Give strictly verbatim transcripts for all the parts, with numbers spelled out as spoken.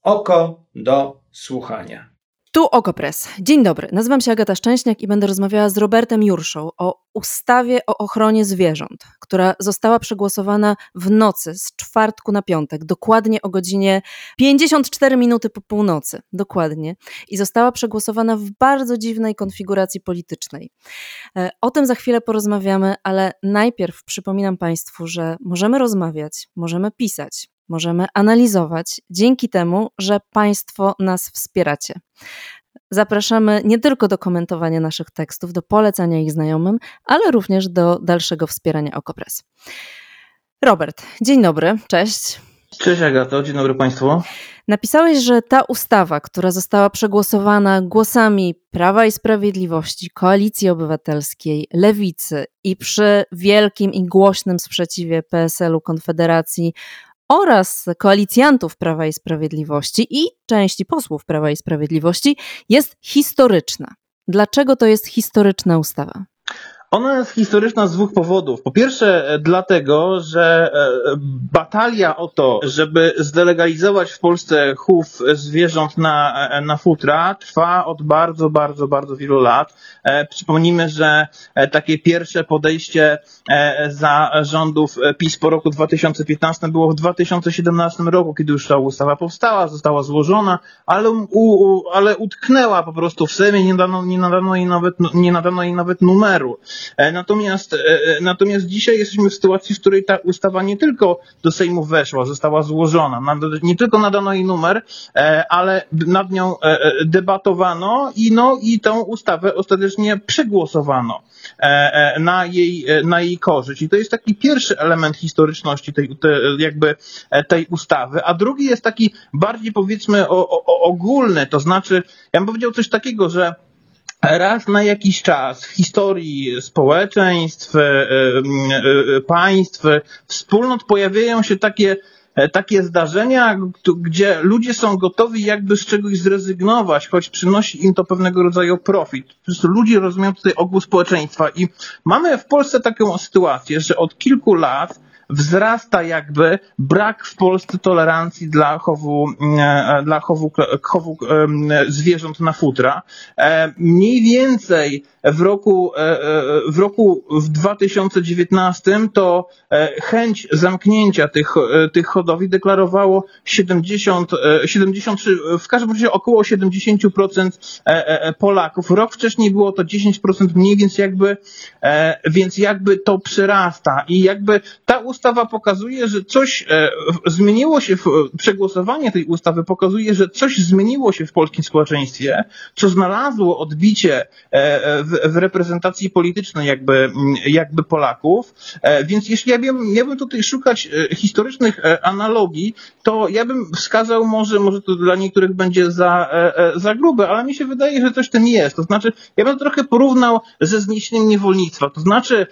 Oko do słuchania. Tu Okopres. Dzień dobry, nazywam się Agata Szczęśniak i będę rozmawiała z Robertem Jurszą o ustawie o ochronie zwierząt, która została przegłosowana w nocy z czwartku na piątek, dokładnie o godzinie pięćdziesiąt cztery minuty po północy, dokładnie. I została przegłosowana w bardzo dziwnej konfiguracji politycznej. O tym za chwilę porozmawiamy, ale najpierw przypominam Państwu, że możemy rozmawiać, możemy pisać, możemy analizować dzięki temu, że Państwo nas wspieracie. Zapraszamy nie tylko do komentowania naszych tekstów, do polecania ich znajomym, ale również do dalszego wspierania Okopres. Robert, dzień dobry, cześć. Cześć Agato, dzień dobry Państwu. Napisałeś, że ta ustawa, która została przegłosowana głosami Prawa i Sprawiedliwości, Koalicji Obywatelskiej, Lewicy i przy wielkim i głośnym sprzeciwie P S L u, Konfederacji oraz koalicjantów Prawa i Sprawiedliwości i części posłów Prawa i Sprawiedliwości, jest historyczna. Dlaczego to jest historyczna ustawa? Ona jest historyczna z dwóch powodów. Po pierwsze dlatego, że batalia o to, żeby zdelegalizować w Polsce chów zwierząt na, na futra, trwa od bardzo, bardzo, bardzo wielu lat. Przypomnijmy, że takie pierwsze podejście za rządów PiS po roku dwa tysiące piętnastym było w dwa tysiące siedemnastym roku, kiedy już ta ustawa powstała, została złożona, ale, u, ale utknęła po prostu w Sejmie, nie nadano, nie nadano jej nawet, nie nadano jej nawet numeru. Natomiast, natomiast dzisiaj jesteśmy w sytuacji, w której ta ustawa nie tylko do Sejmu weszła, została złożona, nie tylko nadano jej numer, ale nad nią debatowano i, no, i tę ustawę ostatecznie przegłosowano na jej, na jej korzyść. I to jest taki pierwszy element historyczności tej, tej, jakby tej ustawy, a drugi jest taki bardziej powiedzmy o, o, ogólny, to znaczy ja bym powiedział coś takiego, że raz na jakiś czas w historii społeczeństw, państw, wspólnot pojawiają się takie takie zdarzenia, gdzie ludzie są gotowi jakby z czegoś zrezygnować, choć przynosi im to pewnego rodzaju profit. Po prostu ludzie rozumieją tutaj ogół społeczeństwa i mamy w Polsce taką sytuację, że od kilku lat wzrasta jakby brak w Polsce tolerancji dla chowu, dla chowu, chowu zwierząt na futra. Mniej więcej w roku, w roku w dwa tysiące dziewiętnastym to chęć zamknięcia tych, tych hodowli deklarowało siedemdziesiąt, siedemdziesiąt trzy, w każdym razie około siedemdziesiąt procent Polaków. Rok wcześniej było to dziesięć procent mniej, więc jakby, więc jakby to przyrasta i jakby ta ustawa pokazuje, że coś zmieniło się, w, przegłosowanie tej ustawy pokazuje, że coś zmieniło się w polskim społeczeństwie, co znalazło odbicie w, w reprezentacji politycznej jakby, jakby Polaków. Więc jeśli ja bym, ja bym tutaj szukać historycznych analogii, to ja bym wskazał może, może to dla niektórych będzie za, za grube, ale mi się wydaje, że coś w tym jest. To znaczy, ja bym trochę porównał ze zniesieniem niewolnictwa. To znaczy,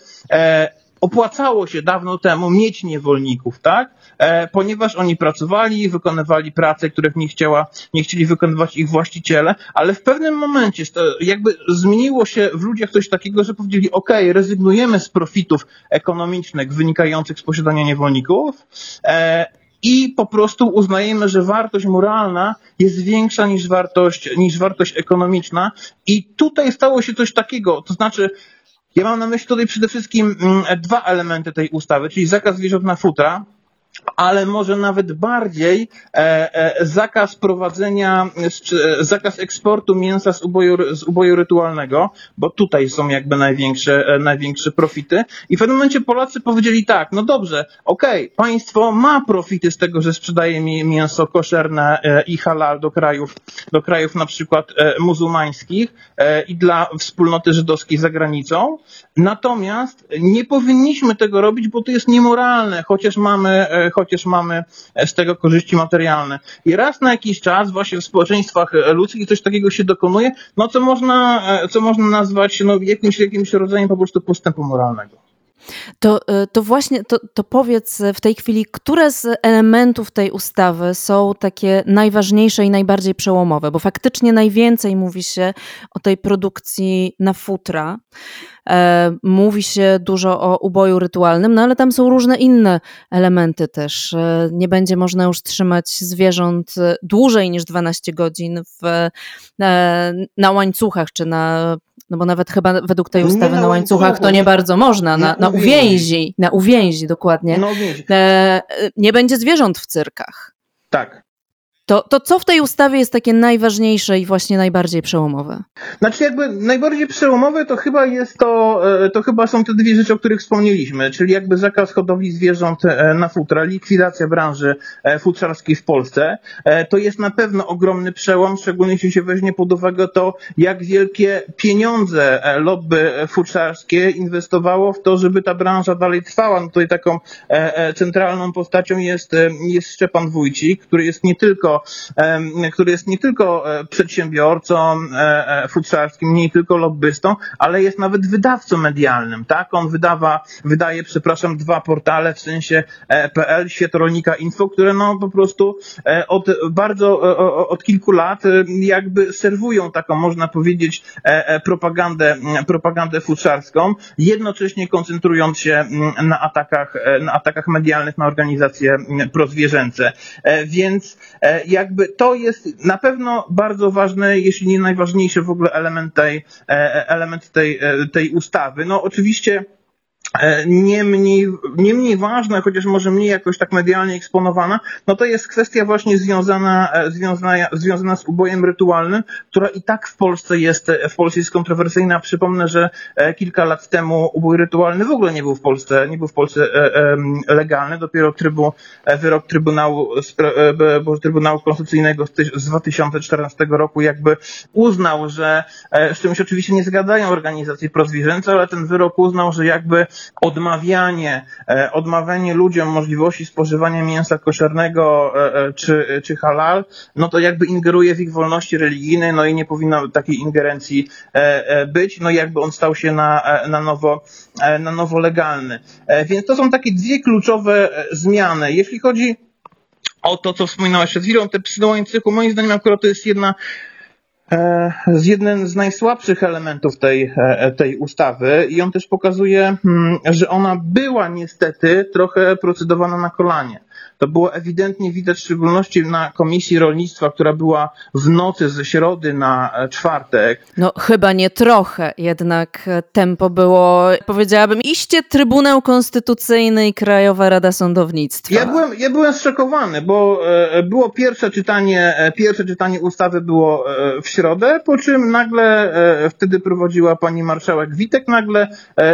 opłacało się dawno temu mieć niewolników, tak? E, ponieważ oni pracowali, wykonywali prace, których nie chciała, nie chcieli wykonywać ich właściciele, ale w pewnym momencie jakby zmieniło się w ludziach coś takiego, że powiedzieli, ok, rezygnujemy z profitów ekonomicznych wynikających z posiadania niewolników, e, i po prostu uznajemy, że wartość moralna jest większa niż wartość, niż wartość ekonomiczna i tutaj stało się coś takiego, to znaczy ja mam na myśli tutaj przede wszystkim dwa elementy tej ustawy, czyli zakaz zwierząt na futra, ale może nawet bardziej e, e, zakaz prowadzenia, e, zakaz eksportu mięsa z uboju, z uboju rytualnego, bo tutaj są jakby największe, e, największe profity. I w pewnym momencie Polacy powiedzieli tak, no dobrze, okej, okay, państwo ma profity z tego, że sprzedaje mi mięso koszerne e, i halal do krajów, do krajów na przykład e, muzułmańskich e, i dla wspólnoty żydowskiej za granicą. Natomiast nie powinniśmy tego robić, bo to jest niemoralne, chociaż mamy e, chociaż mamy z tego korzyści materialne. I raz na jakiś czas właśnie w społeczeństwach ludzkich coś takiego się dokonuje, no co można, co można nazwać no, jakimś, jakimś rodzajem po prostu postępu moralnego. To, to właśnie, to, to powiedz w tej chwili, które z elementów tej ustawy są takie najważniejsze i najbardziej przełomowe, bo faktycznie najwięcej mówi się o tej produkcji na futra. E, mówi się dużo o uboju rytualnym, no ale tam są różne inne elementy też. E, nie będzie można już trzymać zwierząt dłużej niż dwanaście godzin w, e, na łańcuchach, czy na, no bo nawet chyba według tej ustawy na, na łańcuchach to nie bardzo można, na, na uwięzi, na uwięzi dokładnie. Na uwięzi. E, nie będzie zwierząt w cyrkach. Tak. To, to co w tej ustawie jest takie najważniejsze i właśnie najbardziej przełomowe? Znaczy jakby najbardziej przełomowe to chyba jest to, to chyba są te dwie rzeczy, o których wspomnieliśmy, czyli jakby zakaz hodowli zwierząt na futra, likwidacja branży futrzarskiej w Polsce. To jest na pewno ogromny przełom, szczególnie jeśli się weźmie pod uwagę to, jak wielkie pieniądze lobby futrzarskie inwestowało w to, żeby ta branża dalej trwała. No tutaj taką centralną postacią jest, jest Szczepan Wójcik, który jest nie tylko który jest nie tylko przedsiębiorcą futrzarskim, nie tylko lobbystą, ale jest nawet wydawcą medialnym, tak? On wydawa, wydaje, przepraszam, dwa portale, w sensie P L, Świat Rolnika Info, które no po prostu od bardzo, od kilku lat jakby serwują taką, można powiedzieć, propagandę, propagandę futrzarską, jednocześnie koncentrując się na atakach, na atakach medialnych na organizacje prozwierzęce. Więc jakby to jest na pewno bardzo ważny, jeśli nie najważniejszy w ogóle element tej, element tej, tej ustawy. No oczywiście nie mniej, nie mniej ważna, chociaż może mniej jakoś tak medialnie eksponowana, no to jest kwestia właśnie związana, związana, związana z ubojem rytualnym, która i tak w Polsce jest, w Polsce jest kontrowersyjna. Przypomnę, że kilka lat temu ubój rytualny w ogóle nie był w Polsce, nie był w Polsce legalny. Dopiero trybu, wyrok Trybunału, Trybunału Konstytucyjnego z dwa tysiące czternastego roku jakby uznał, że, z czym się oczywiście nie zgadzają organizacje prozwierzęce, ale ten wyrok uznał, że jakby odmawianie, odmawianie ludziom możliwości spożywania mięsa koszernego czy, czy halal, no to jakby ingeruje w ich wolności religijne, no i nie powinno takiej ingerencji być, no i jakby on stał się na, na nowo, na nowo legalny. Więc to są takie dwie kluczowe zmiany. Jeśli chodzi o to, co wspominałeś przed chwilą, te psy na łańcuchu, moim zdaniem akurat to jest jedna z jeden z najsłabszych elementów tej, tej ustawy i on też pokazuje, że ona była niestety trochę procedowana na kolanie. To było ewidentnie widać, w szczególności na Komisji Rolnictwa, która była w nocy ze środy na czwartek. No chyba nie trochę, jednak tempo było, powiedziałabym, iście Trybunał Konstytucyjny i Krajowa Rada Sądownictwa. Ja byłem, ja byłem zszokowany, bo było pierwsze czytanie, pierwsze czytanie ustawy było w środę, po czym nagle wtedy prowadziła pani marszałek Witek, nagle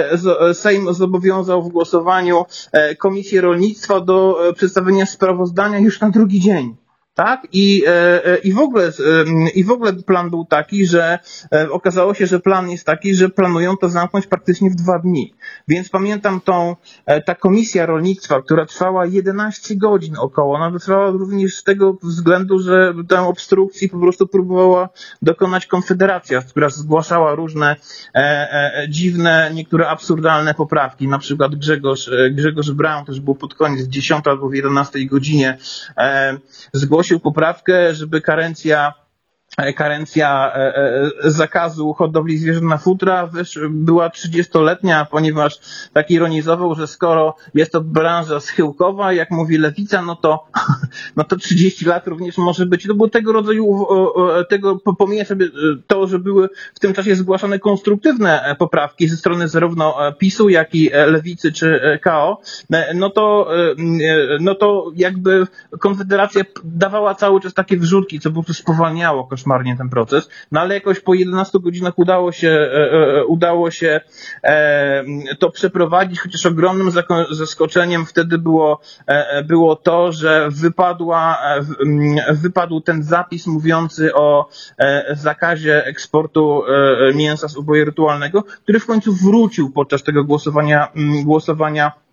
Sejm zobowiązał w głosowaniu Komisję Rolnictwa do przedstawienia sprawozdania już na drugi dzień. Tak? I, i, w ogóle, I w ogóle plan był taki, że okazało się, że plan jest taki, że planują to zamknąć praktycznie w dwa dni. Więc pamiętam tą, ta komisja rolnictwa, która trwała jedenaście godzin około. Ona trwała również z tego względu, że tę obstrukcji po prostu próbowała dokonać Konfederacja, która zgłaszała różne e, e, dziwne, niektóre absurdalne poprawki. Na przykład Grzegorz, Grzegorz Braun też był pod koniec dziesiątej albo w jedenastej godzinie e, zgłosił poprawkę, żeby karencja karencja zakazu hodowli zwierząt na futra była trzydziestoletnia, ponieważ tak ironizował, że skoro jest to branża schyłkowa, jak mówi Lewica, no to, no to trzydzieści lat również może być. To było tego rodzaju, tego pomija sobie to, że były w tym czasie zgłaszane konstruktywne poprawki ze strony zarówno PiSu, jak i Lewicy czy K O, no to, no to jakby Konfederacja dawała cały czas takie wrzutki, co po prostu spowalniało koszmarnie ten proces, no ale jakoś po jedenastu godzinach udało się, e, udało się e, to przeprowadzić, chociaż ogromnym zaskoczeniem wtedy było, e, było to, że wypadła, e, wypadł ten zapis mówiący o e, zakazie eksportu e, mięsa z uboju rytualnego, który w końcu wrócił podczas tego głosowania, głosowania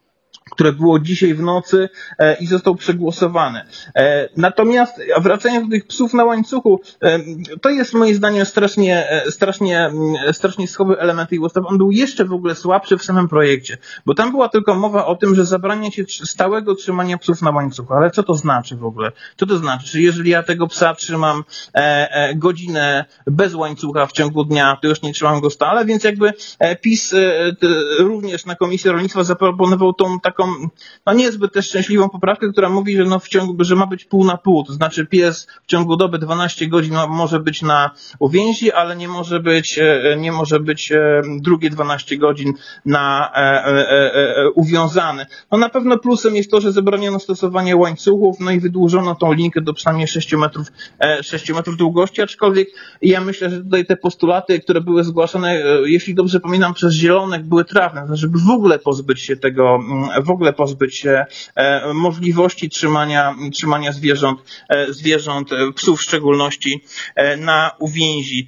które było dzisiaj w nocy e, i został przegłosowany. E, natomiast wracając do tych psów na łańcuchu, e, to jest moim zdaniem strasznie, e, strasznie, e, strasznie słaby element tej ustawy. On był jeszcze w ogóle słabszy w samym projekcie, bo tam była tylko mowa o tym, że zabrania się stałego trzymania psów na łańcuchu. Ale co to znaczy w ogóle? Co to znaczy? Że jeżeli ja tego psa trzymam e, e, godzinę bez łańcucha w ciągu dnia, to już nie trzymam go stale, więc jakby e, PiS e, t, również na Komisji Rolnictwa zaproponował tą taką no niezbyt też szczęśliwą poprawkę, która mówi, że no w ciągu, że ma być pół na pół, to znaczy pies w ciągu doby dwanaście godzin może być na uwięzi, ale nie może być, nie może być drugie dwanaście godzin na e, e, e, uwiązany. No na pewno plusem jest to, że zabroniono stosowanie łańcuchów, no i wydłużono tą linkę do przynajmniej sześciu metrów, e, sześciu metrów długości, aczkolwiek ja myślę, że tutaj te postulaty, które były zgłaszane, e, jeśli dobrze pamiętam, przez Zielonych były trafne, żeby w ogóle pozbyć się tego, w ogóle pozbyć się e, możliwości trzymania, trzymania zwierząt, e, zwierząt, psów w szczególności e, na uwięzi.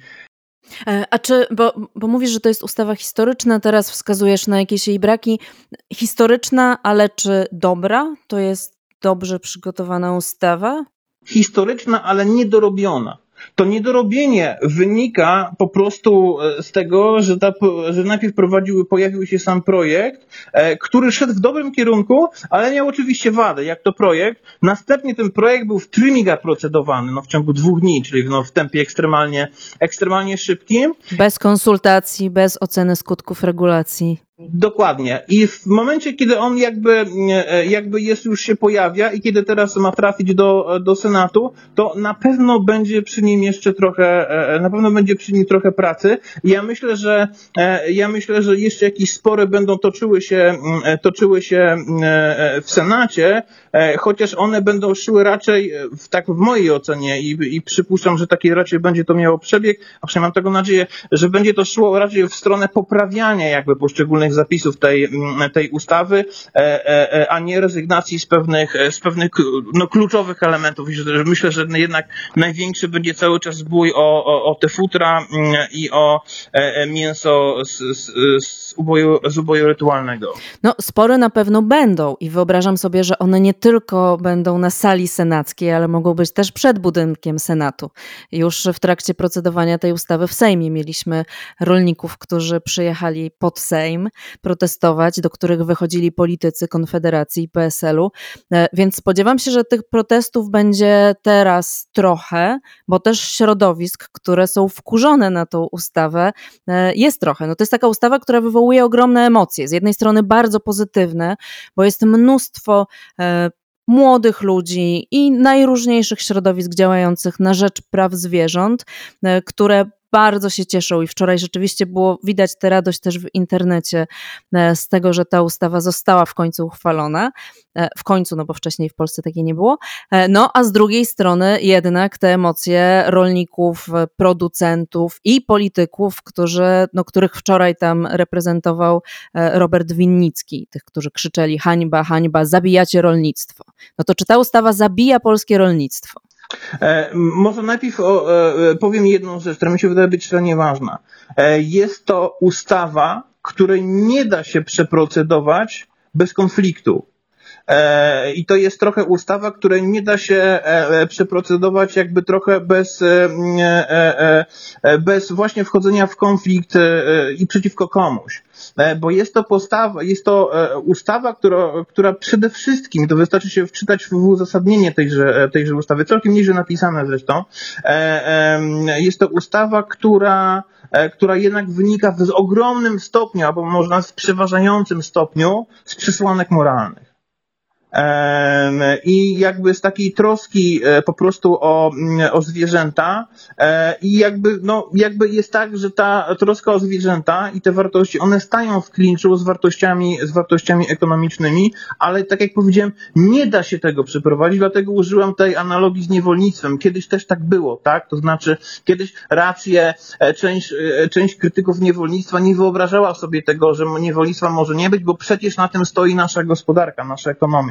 A czy, bo, bo mówisz, że to jest ustawa historyczna, teraz wskazujesz na jakieś jej braki. Historyczna, ale czy dobra? To jest dobrze przygotowana ustawa? Historyczna, ale niedorobiona. To niedorobienie wynika po prostu z tego, że, ta, że najpierw prowadził, pojawił się sam projekt, e, który szedł w dobrym kierunku, ale miał oczywiście wadę, jak to projekt. Następnie ten projekt był w trymiga procedowany, no w ciągu dwóch dni, czyli no w tempie ekstremalnie, ekstremalnie szybkim. Bez konsultacji, bez oceny skutków regulacji. Dokładnie. I w momencie, kiedy on jakby, jakby jest już się pojawia i kiedy teraz ma trafić do, do Senatu, to na pewno będzie przy nim jeszcze trochę, na pewno będzie przy nim trochę pracy. Ja myślę, że, ja myślę, że jeszcze jakieś spory będą toczyły się, toczyły się w Senacie, chociaż one będą szły raczej, tak w mojej ocenie i, i przypuszczam, że taki raczej będzie to miało przebieg, a przynajmniej mam taką nadzieję, że będzie to szło raczej w stronę poprawiania jakby poszczególnych zapisów tej, tej ustawy, a nie rezygnacji z pewnych, z pewnych no, kluczowych elementów. Myślę, że jednak największy będzie cały czas bój o, o, o te futra i o mięso z, z, z, uboju, z uboju rytualnego. No, spory na pewno będą i wyobrażam sobie, że one nie tylko będą na sali senackiej, ale mogą być też przed budynkiem Senatu. Już w trakcie procedowania tej ustawy w Sejmie mieliśmy rolników, którzy przyjechali pod Sejm protestować, do których wychodzili politycy Konfederacji i P S L u, więc spodziewam się, że tych protestów będzie teraz trochę, bo też środowisk, które są wkurzone na tą ustawę, jest trochę. No to jest taka ustawa, która wywołuje ogromne emocje. Z jednej strony bardzo pozytywne, bo jest mnóstwo e, młodych ludzi i najróżniejszych środowisk działających na rzecz praw zwierząt, e, które bardzo się cieszą i wczoraj rzeczywiście było widać tę radość też w internecie z tego, że ta ustawa została w końcu uchwalona. W końcu, no bo wcześniej w Polsce takiej nie było. No a z drugiej strony jednak te emocje rolników, producentów i polityków, którzy, no, których wczoraj tam reprezentował Robert Winnicki, tych, którzy krzyczeli hańba, hańba, zabijacie rolnictwo. No to czy ta ustawa zabija polskie rolnictwo? E, może najpierw o, e, powiem jedną rzecz, która mi się wydaje być szalenie ważna. E, jest to ustawa, której nie da się przeprocedować bez konfliktu. E, I to jest trochę ustawa, której nie da się e, przeprocedować jakby trochę bez, e, e, e, bez właśnie wchodzenia w konflikt e, i przeciwko komuś. E, bo jest to postawa, jest to e, ustawa, która, która przede wszystkim, to wystarczy się wczytać w uzasadnienie tejże, tejże ustawy, całkiem nieźle napisane zresztą, e, e, jest to ustawa, która która jednak wynika w ogromnym stopniu, albo można w przeważającym stopniu z przesłanek moralnych. I jakby z takiej troski po prostu o, o zwierzęta i jakby, no, jakby jest tak, że ta troska o zwierzęta i te wartości, one stają w klinczu z wartościami, z wartościami ekonomicznymi, ale tak jak powiedziałem, nie da się tego przeprowadzić, dlatego użyłam tej analogii z niewolnictwem. Kiedyś też tak było, tak? To znaczy, kiedyś rację, część, część krytyków niewolnictwa nie wyobrażała sobie tego, że niewolnictwa może nie być, bo przecież na tym stoi nasza gospodarka, nasza ekonomia.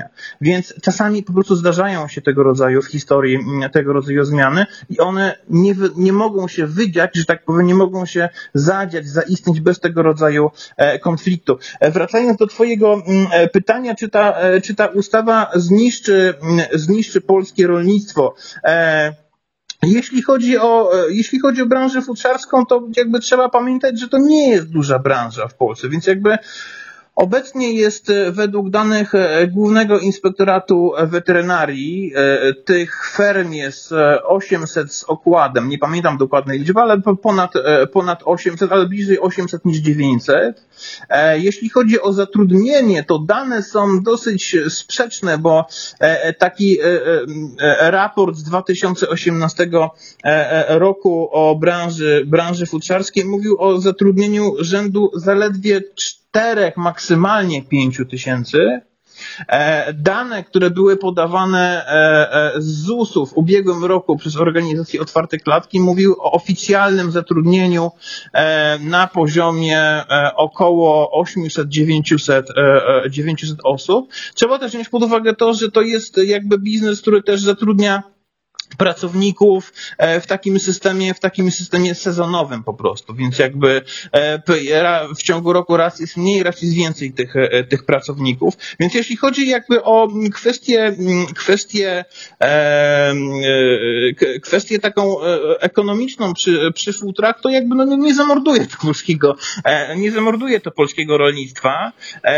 działania. Więc czasami po prostu zdarzają się tego rodzaju w historii tego rodzaju zmiany i one nie, nie mogą się wydziać, że tak powiem, nie mogą się zadziać, zaistnieć bez tego rodzaju konfliktu. Wracając do twojego pytania, czy ta, czy ta ustawa zniszczy, zniszczy polskie rolnictwo? Jeśli chodzi o, jeśli chodzi o branżę futrzarską, to jakby trzeba pamiętać, że to nie jest duża branża w Polsce, więc jakby obecnie jest według danych Głównego Inspektoratu Weterynarii tych ferm jest osiemset z okładem, nie pamiętam dokładnej liczby, ale ponad, ponad osiemset, ale bliżej osiemset niż dziewięćset. Jeśli chodzi o zatrudnienie, to dane są dosyć sprzeczne, bo taki raport z dwa tysiące osiemnastego roku o branży, branży futrzarskiej mówił o zatrudnieniu rzędu zaledwie czterech, maksymalnie pięciu tysięcy. Dane, które były podawane z zusu w ubiegłym roku przez organizację Otwarte Klatki, mówił o oficjalnym zatrudnieniu na poziomie około osiemset do dziewięciuset osób. Trzeba też wziąć pod uwagę to, że to jest jakby biznes, który też zatrudnia pracowników w takim systemie, w takim systemie sezonowym po prostu, więc jakby w ciągu roku raz jest mniej, raz jest więcej tych, tych pracowników, więc jeśli chodzi jakby o kwestię, kwestię, kwestię taką ekonomiczną przy, przy futrach, to jakby no nie zamorduje to polskiego, nie zamorduje to polskiego rolnictwa,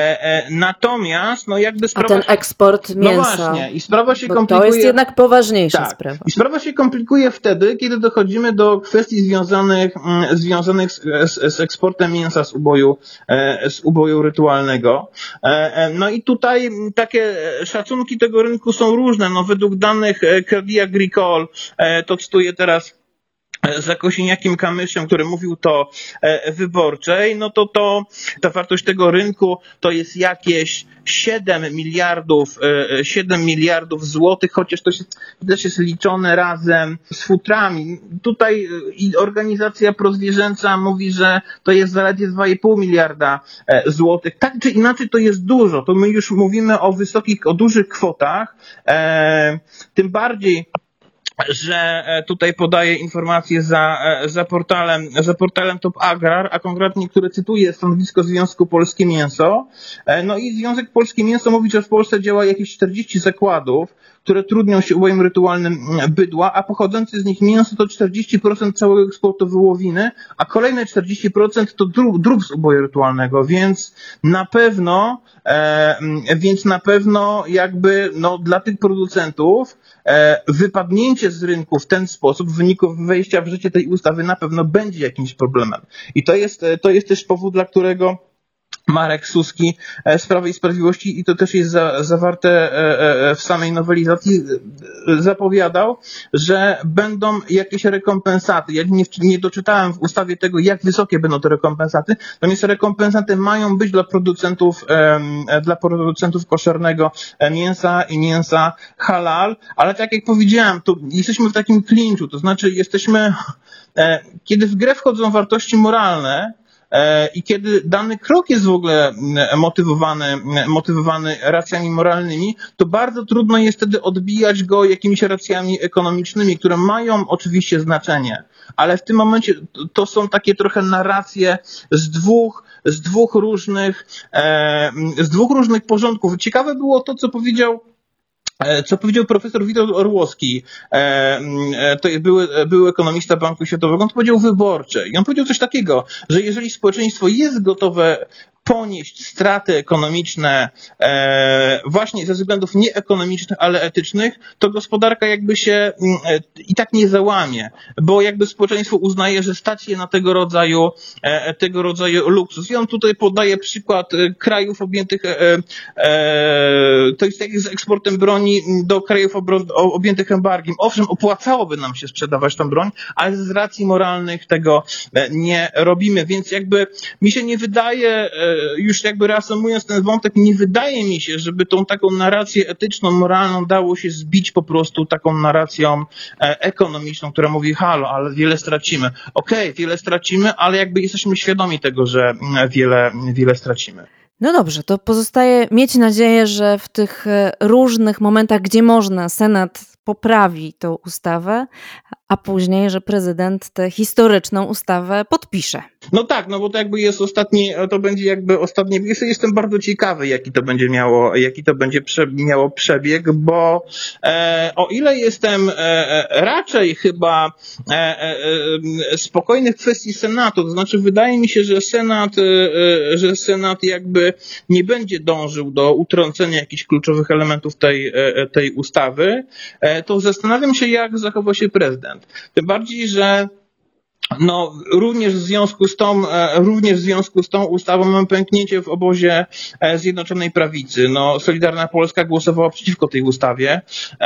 natomiast no jakby sprawa... A ten eksport mięsa, no właśnie, i sprawa się komplikuje... to jest jednak poważniejsza tak. sprawa. I sprawa się komplikuje wtedy, kiedy dochodzimy do kwestii związanych, związanych z, z, z eksportem mięsa z uboju, z uboju rytualnego. No i tutaj takie szacunki tego rynku są różne. No według danych Crédit Agricole, to cytuję teraz za Kosiniakiem-Kamyszem, który mówił to Wyborczej, no to, to ta wartość tego rynku to jest jakieś siedem miliardów, siedem miliardów złotych, chociaż to się, też jest liczone razem z futrami. Tutaj organizacja prozwierzęca mówi, że to jest zaledwie dwa i pół miliarda złotych. Tak czy inaczej to jest dużo. To my już mówimy o wysokich, o dużych kwotach. E, tym bardziej, że tutaj podaję informacje za, za portalem, za portalem Top Agrar, a konkretnie, który cytuje stanowisko Związku Polskie Mięso. No i Związek Polskie Mięso mówi, że w Polsce działa jakieś czterdzieści zakładów, które trudnią się ubojem rytualnym bydła, a pochodzące z nich mięso to czterdzieści procent całego eksportu wołowiny, a kolejne czterdzieści procent to drób, drób z uboju rytualnego, więc na pewno, e, więc na pewno jakby no dla tych producentów e, wypadnięcie z rynku w ten sposób w wyniku wejścia w życie tej ustawy na pewno będzie jakimś problemem. I to jest, to jest też powód, dla którego Marek Suski z Prawa i Sprawiedliwości, i to też jest za, zawarte w samej nowelizacji, zapowiadał, że będą jakieś rekompensaty. Ja nie, nie doczytałem w ustawie tego, jak wysokie będą te rekompensaty, natomiast rekompensaty mają być dla producentów, dla producentów koszernego mięsa i mięsa halal, ale tak jak powiedziałem, to jesteśmy w takim klinczu, to znaczy jesteśmy, kiedy w grę wchodzą wartości moralne, i kiedy dany krok jest w ogóle motywowany, motywowany racjami moralnymi, to bardzo trudno jest wtedy odbijać go jakimiś racjami ekonomicznymi, które mają oczywiście znaczenie, ale w tym momencie to są takie trochę narracje z dwóch, z dwóch różnych, z dwóch różnych porządków. Ciekawe było to, co powiedział Co powiedział profesor Witold Orłowski, to były, były ekonomista Banku Światowego, on to powiedział Wyborczej. I on powiedział coś takiego, że jeżeli społeczeństwo jest gotowe ponieść straty ekonomiczne e, właśnie ze względów nie ekonomicznych, ale etycznych, to gospodarka jakby się e, i tak nie załamie, bo jakby społeczeństwo uznaje, że stać je na tego rodzaju e, tego rodzaju luksus. I on tutaj podaje przykład e, krajów objętych e, e, to jest tak jak z eksportem broni do krajów obro, objętych embargiem. Owszem, opłacałoby nam się sprzedawać tą broń, ale z racji moralnych tego e, nie robimy, więc jakby mi się nie wydaje, e, już jakby reasumując ten wątek, nie wydaje mi się, żeby tą taką narrację etyczną, moralną dało się zbić po prostu taką narracją ekonomiczną, która mówi halo, ale wiele stracimy. Okej, okay, wiele stracimy, ale jakby jesteśmy świadomi tego, że wiele, wiele stracimy. No dobrze, to pozostaje mieć nadzieję, że w tych różnych momentach, gdzie można, Senat poprawi tą ustawę, a później, że prezydent tę historyczną ustawę podpisze. No tak, no bo to jakby jest ostatni, to będzie jakby ostatni, jestem bardzo ciekawy, jaki to będzie miało, jaki to będzie prze, miało przebieg, bo e, o ile jestem e, raczej chyba e, e, spokojny w kwestii Senatu, to znaczy wydaje mi się, że Senat, e, że Senat jakby nie będzie dążył do utrącenia jakichś kluczowych elementów tej, e, tej ustawy, e, to zastanawiam się, jak zachowa się prezydent. Tym bardziej, że no, również w związku z tą, również w związku z tą ustawą mamy pęknięcie w obozie Zjednoczonej Prawicy. No, Solidarna Polska głosowała przeciwko tej ustawie.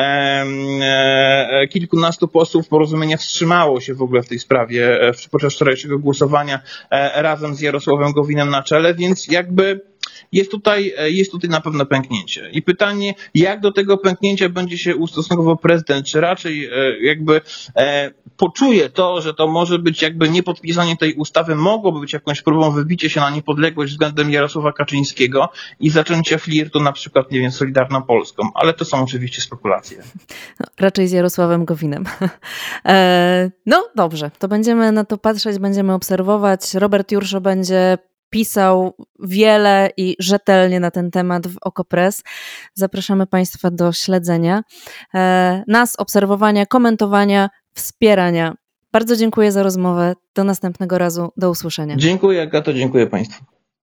Kilkunastu posłów Porozumienia wstrzymało się w ogóle w tej sprawie podczas wczorajszego głosowania razem z Jarosławem Gowinem na czele, więc jakby Jest tutaj, jest tutaj na pewno pęknięcie. I pytanie, jak do tego pęknięcia będzie się ustosunkował prezydent, czy raczej jakby e, poczuje to, że to może być jakby niepodpisanie tej ustawy, mogłoby być jakąś próbą wybicia się na niepodległość względem Jarosława Kaczyńskiego i zaczęcia flirtu na przykład, nie wiem, Solidarną Polską, ale to są oczywiście spekulacje. No, raczej z Jarosławem Gowinem. E, no dobrze, to będziemy na to patrzeć, będziemy obserwować. Robert Jurszo będzie pisał wiele i rzetelnie na ten temat w Okopres. Zapraszamy Państwa do śledzenia e, nas, obserwowania, komentowania, wspierania. Bardzo dziękuję za rozmowę. Do następnego razu. Do usłyszenia. Dziękuję, Agato, dziękuję Państwu.